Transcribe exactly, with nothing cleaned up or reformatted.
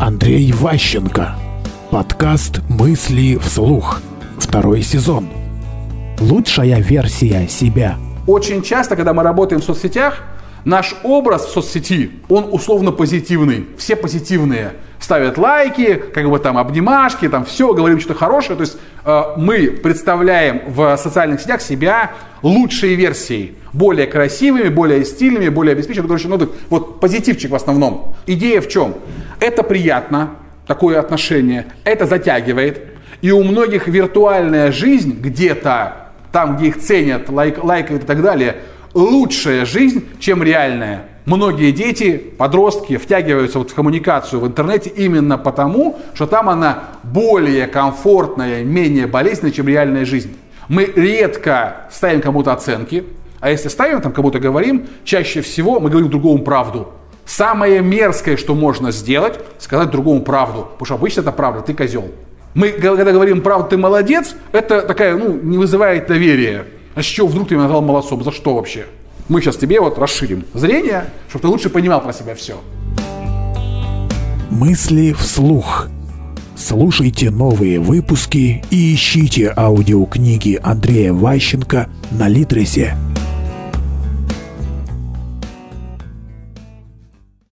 Андрей Ващенко. Подкаст «Мысли вслух». Второй сезон. Лучшая версия себя. Очень часто, когда мы работаем в соцсетях, наш образ в соцсети, он условно позитивный. Все позитивные. Ставят лайки, как бы там обнимашки, там все, говорим что-то хорошее. То есть э, мы представляем в социальных сетях себя лучшей версией. Более красивыми, более стильными, более обеспеченными. Короче, ну, вот позитивчик в основном. Идея в чем? Это приятно, такое отношение. Это затягивает. И у многих виртуальная жизнь где-то, там, где их ценят, лайк, лайкают и так далее, лучшая жизнь, чем реальная. Многие дети, подростки втягиваются вот в коммуникацию в интернете именно потому, что там она более комфортная, менее болезненная, чем реальная жизнь. Мы редко ставим кому-то оценки, а если ставим, там кому-то говорим, чаще всего мы говорим другому правду. Самое мерзкое, что можно сделать, сказать другому правду, потому что обычно это правда, ты козел. Мы, когда говорим правду, ты молодец, это такая, ну, не вызывает доверия. А с чего вдруг ты меня назвал молодцом? За что вообще? Мы сейчас тебе вот расширим зрение, чтобы ты лучше понимал про себя все. Мысли вслух. Слушайте новые выпуски и ищите аудиокниги Андрея Ващенко на Литресе.